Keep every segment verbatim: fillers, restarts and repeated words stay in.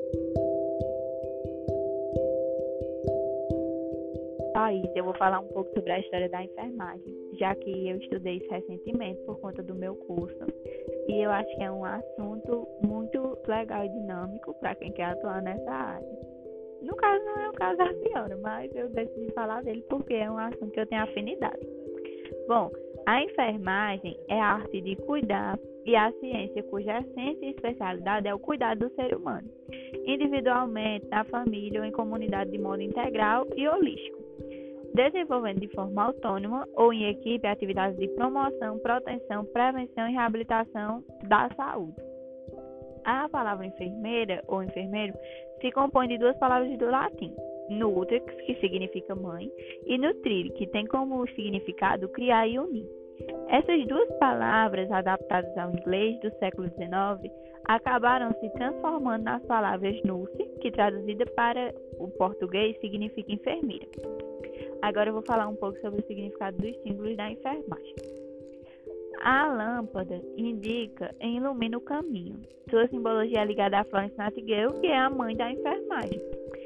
Thaís, eu vou falar um pouco sobre a história da enfermagem, já que eu estudei isso recentemente por conta do meu curso. E eu acho que é um assunto muito legal e dinâmico para quem quer atuar nessa área. No caso, não é o caso da senhora, mas eu decidi falar dele porque é um assunto que eu tenho afinidade. Bom, a enfermagem é a arte de cuidar e a ciência cuja essência e especialidade é o cuidado do ser humano, individualmente, na família ou em comunidade de modo integral e holístico, desenvolvendo de forma autônoma ou em equipe atividades de promoção, proteção, prevenção e reabilitação da saúde. A palavra enfermeira ou enfermeiro se compõe de duas palavras do latim, nutrix, que significa mãe, e nutrir, que tem como significado criar e unir. Essas duas palavras, adaptadas ao inglês do século dezenove, acabaram se transformando nas palavras nurse, que traduzida para o português significa enfermeira. Agora eu vou falar um pouco sobre o significado dos símbolos da enfermagem. A lâmpada indica e ilumina o caminho. Sua simbologia é ligada a Florence Nightingale, que é a mãe da enfermagem.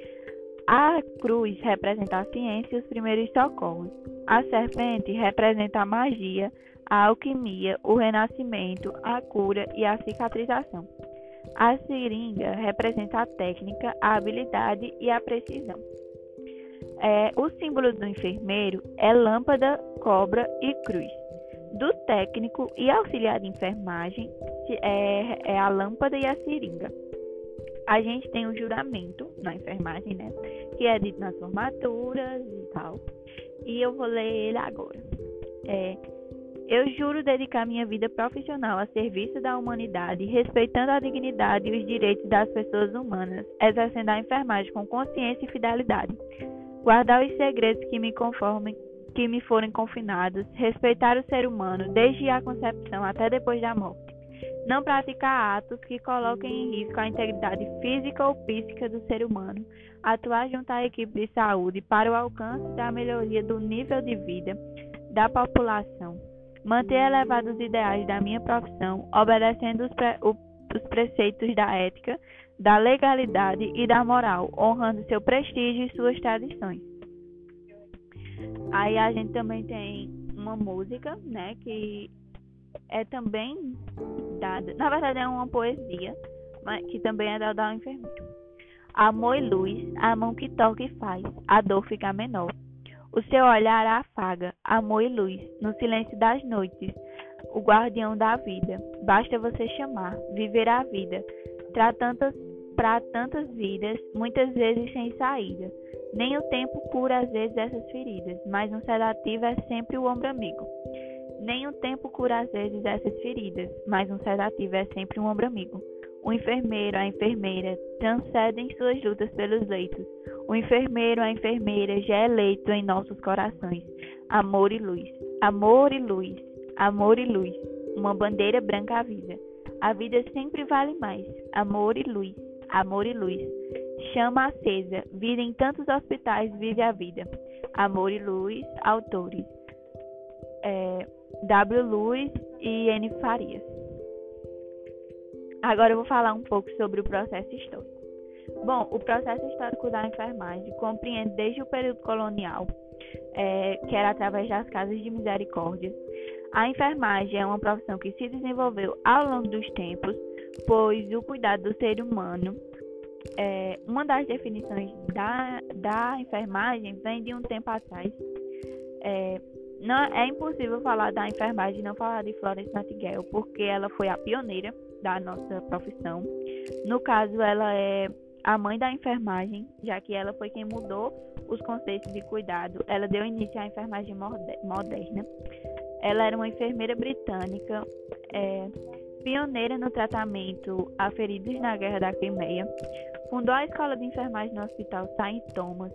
A cruz representa a ciência e os primeiros socorros. A serpente representa a magia, a alquimia, o renascimento, a cura e a cicatrização. A seringa representa a técnica, a habilidade e a precisão. É, o símbolo do enfermeiro é lâmpada, cobra e cruz. Do técnico e auxiliar de enfermagem é, é a lâmpada e a seringa. A gente tem o juramento na enfermagem, né? Que é dito nas formaturas e tal. E eu vou ler ele agora. É, eu juro dedicar minha vida profissional a serviço da humanidade, respeitando a dignidade e os direitos das pessoas humanas, exercendo a enfermagem com consciência e fidelidade. Guardar os segredos que me conformem, que me forem confinados, respeitar o ser humano desde a concepção até depois da morte. Não praticar atos que coloquem em risco a integridade física ou psíquica do ser humano. Atuar junto à equipe de saúde para o alcance da melhoria do nível de vida da população. Manter elevados os ideais da minha profissão, obedecendo os, pre os preceitos da ética, da legalidade e da moral, honrando seu prestígio e suas tradições. Aí a gente também tem uma música, né, que é também dada, na verdade é uma poesia, mas que também é dada ao enfermeiro. Amor e luz, a mão que toca e faz, a dor fica menor. O seu olhar afaga, amor e luz, no silêncio das noites, o guardião da vida. Basta você chamar, viver a vida, para tantas, para tantas vidas, muitas vezes sem saída. Nem o tempo cura às vezes essas feridas, mas um sedativo é sempre o ombro amigo. Nem o tempo cura às vezes essas feridas, mas um sedativo é sempre um ombro amigo. O enfermeiro, a enfermeira, transcendem suas lutas pelos leitos. O enfermeiro, a enfermeira, já é eleito em nossos corações. Amor e luz, amor e luz, amor e luz, uma bandeira branca à vida. A vida sempre vale mais. Amor e luz, amor e luz. Chama acesa, vida em tantos hospitais vive a vida. Amor e luz, autores. É, W. Luz e N. Farias. Agora eu vou falar um pouco sobre o processo histórico. Bom, o processo histórico da enfermagem compreende desde o período colonial, é, que era através das casas de misericórdia. A enfermagem é uma profissão que se desenvolveu ao longo dos tempos, pois o cuidado do ser humano, é, uma das definições da, da enfermagem vem de um tempo atrás. É, não, é impossível falar da enfermagem e não falar de Florence Nightingale, porque ela foi a pioneira da nossa profissão. No caso, ela é a mãe da enfermagem, já que ela foi quem mudou os conceitos de cuidado. Ela deu início à enfermagem moderna. Ela era uma enfermeira britânica, é, pioneira no tratamento a feridos na Guerra da Crimeia. Fundou a escola de enfermagem no Hospital Saint Thomas.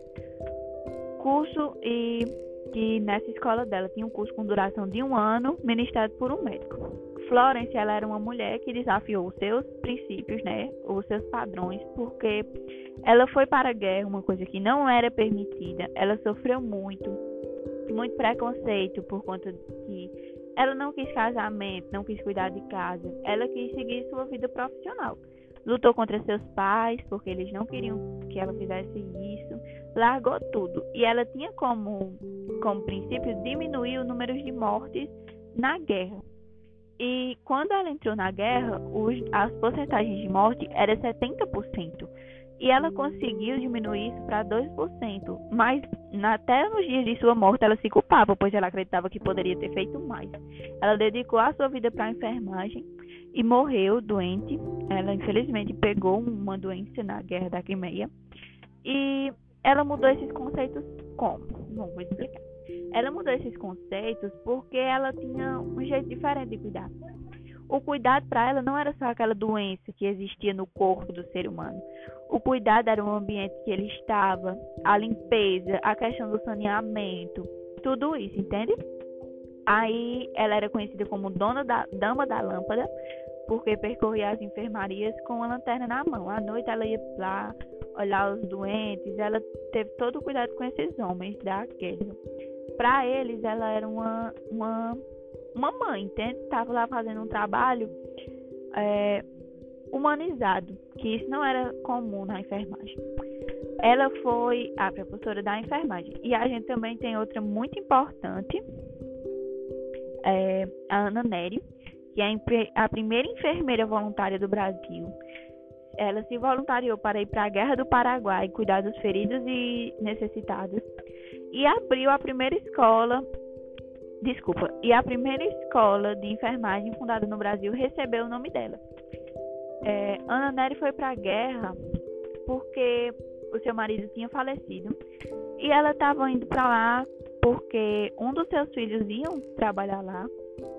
Curso e que nessa escola dela tinha um curso com duração de um ano, ministrado por um médico. Florence, ela era uma mulher que desafiou os seus princípios, né, os seus padrões, porque ela foi para a guerra, uma coisa que não era permitida. Ela sofreu muito, muito preconceito por conta de que ela não quis casamento, não quis cuidar de casa. Ela quis seguir sua vida profissional. lutou contra seus pais, porque eles não queriam que ela fizesse isso, largou tudo. E ela tinha como, como princípio diminuir o número de mortes na guerra. E quando ela entrou na guerra, os, as porcentagens de morte eram setenta por cento. E ela conseguiu diminuir isso para dois por cento. Mas até nos dias de sua morte ela se culpava, pois ela acreditava que poderia ter feito mais. Ela dedicou a sua vida para a enfermagem e morreu doente. Ela infelizmente pegou uma doença na Guerra da Crimeia. E ela mudou esses conceitos como? Não vou explicar. Ela mudou esses conceitos porque ela tinha um jeito diferente de cuidar. O cuidado para ela não era só aquela doença que existia no corpo do ser humano. O cuidado era o ambiente que ele estava, a limpeza, a questão do saneamento, tudo isso, entende? Aí ela era conhecida como dona da, dama da lâmpada, porque percorria as enfermarias com a lanterna na mão. À noite ela ia lá olhar os doentes, ela teve todo o cuidado com esses homens da guerra. Para eles, ela era uma, uma, uma mãe, entende? Estava lá fazendo um trabalho é, humanizado, que isso não era comum na enfermagem. Ela foi a professora da enfermagem. E a gente também tem outra muito importante, é, a Ana Nery, que é a primeira enfermeira voluntária do Brasil. Ela se voluntariou para ir para a Guerra do Paraguai, cuidar dos feridos e necessitados. E abriu a primeira escola, desculpa, e a primeira escola de enfermagem fundada no Brasil recebeu o nome dela. É, Ana Nery foi para a guerra porque o seu marido tinha falecido e ela estava indo para lá porque um dos seus filhos iam trabalhar lá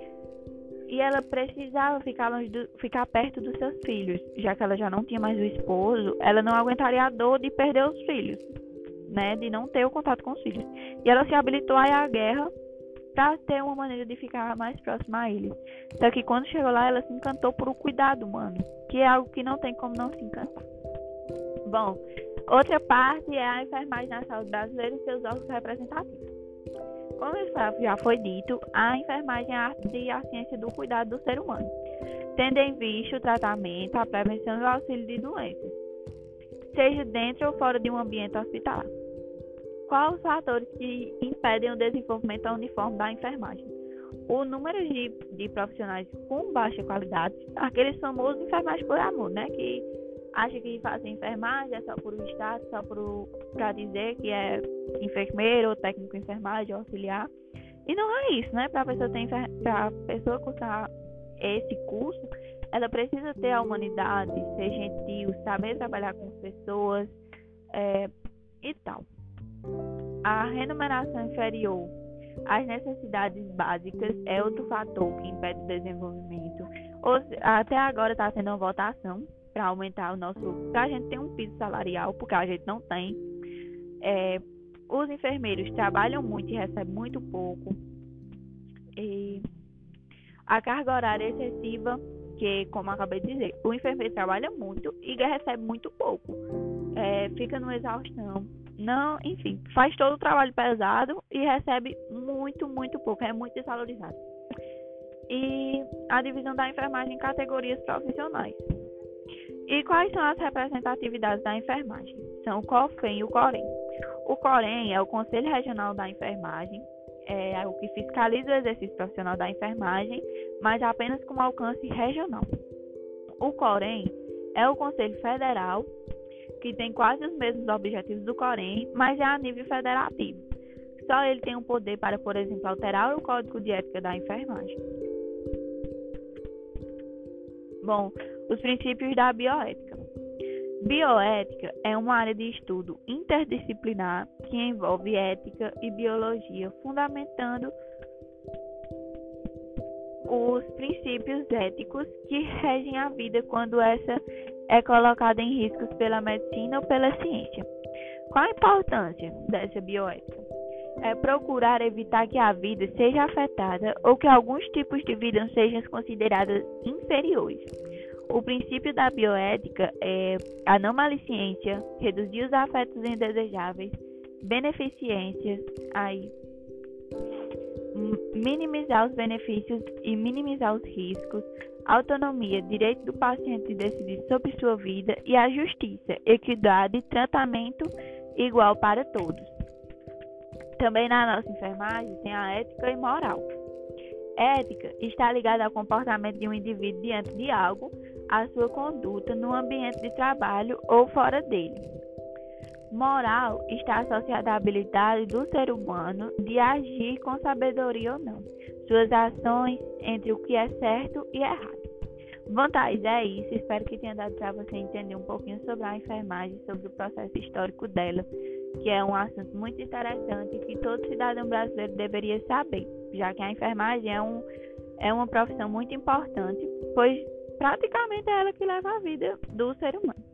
e ela precisava ficar, longe do, ficar perto dos seus filhos, já que ela já não tinha mais o esposo, ela não aguentaria a dor de perder os filhos, né, de não ter o contato com os filhos. E ela se habilitou a ir à guerra para ter uma maneira de ficar mais próxima a eles. Só que quando chegou lá, ela se encantou por o cuidado humano, que é algo que não tem como não se encantar. Bom, outra parte é a enfermagem na saúde brasileira e seus órgãos representativos. Como já foi dito, a enfermagem é a arte e a ciência do cuidado do ser humano, tendo em vista o tratamento, a prevenção e o auxílio de doenças, seja dentro ou fora de um ambiente hospitalar. Quais os fatores que impedem o desenvolvimento uniforme da enfermagem? O número de, de profissionais com baixa qualidade, aqueles famosos enfermagem por amor, né? Que acha que fazer enfermagem é só por um status, só para dizer que é enfermeiro ou técnico de enfermagem ou auxiliar. E não é isso, né? Para a pessoa, pra pessoa cursar esse curso, ela precisa ter a humanidade, ser gentil, saber trabalhar com as pessoas é, e tal. A remuneração inferior às necessidades básicas é outro fator que impede o desenvolvimento. Ou, até agora está sendo uma votação para aumentar o nosso... para a gente ter um piso salarial, porque a gente não tem. É, os enfermeiros trabalham muito e recebem muito pouco. E a carga horária excessiva, que, como eu acabei de dizer, o enfermeiro trabalha muito e recebe muito pouco. É, fica numa exaustão. Não, enfim, faz todo o trabalho pesado e recebe muito, muito pouco. É muito desvalorizado. E a divisão da enfermagem em categorias profissionais. E quais são as representatividades da enfermagem? São o COFEN e o COREN. O COREN é o Conselho Regional da Enfermagem, é o que fiscaliza o exercício profissional da enfermagem, mas apenas com alcance regional. O COREN é o Conselho Federal, que tem quase os mesmos objetivos do COREN, mas é a nível federativo. Só ele tem o poder para, por exemplo, alterar o Código de Ética da Enfermagem. Bom, os princípios da bioética. Bioética é uma área de estudo interdisciplinar que envolve ética e biologia, fundamentando os princípios éticos que regem a vida quando essa é colocada em riscos pela medicina ou pela ciência. Qual a importância dessa bioética? É procurar evitar que a vida seja afetada ou que alguns tipos de vida sejam considerados inferiores. O princípio da bioética é a não malicência, reduzir os afetos indesejáveis, beneficências, aí, minimizar os benefícios e minimizar os riscos, autonomia, direito do paciente de decidir sobre sua vida e a justiça, equidade e tratamento igual para todos. Também na nossa enfermagem tem a ética e moral. Ética está ligada ao comportamento de um indivíduo diante de algo, à sua conduta no ambiente de trabalho ou fora dele. Moral está associada à habilidade do ser humano de agir com sabedoria ou não, suas ações entre o que é certo e errado. Bom, Thaís, é isso. Espero que tenha dado para você entender um pouquinho sobre a enfermagem, sobre o processo histórico dela, que é um assunto muito interessante e que todo cidadão brasileiro deveria saber, já que a enfermagem é, um, é uma profissão muito importante, pois praticamente é ela que leva a vida do ser humano.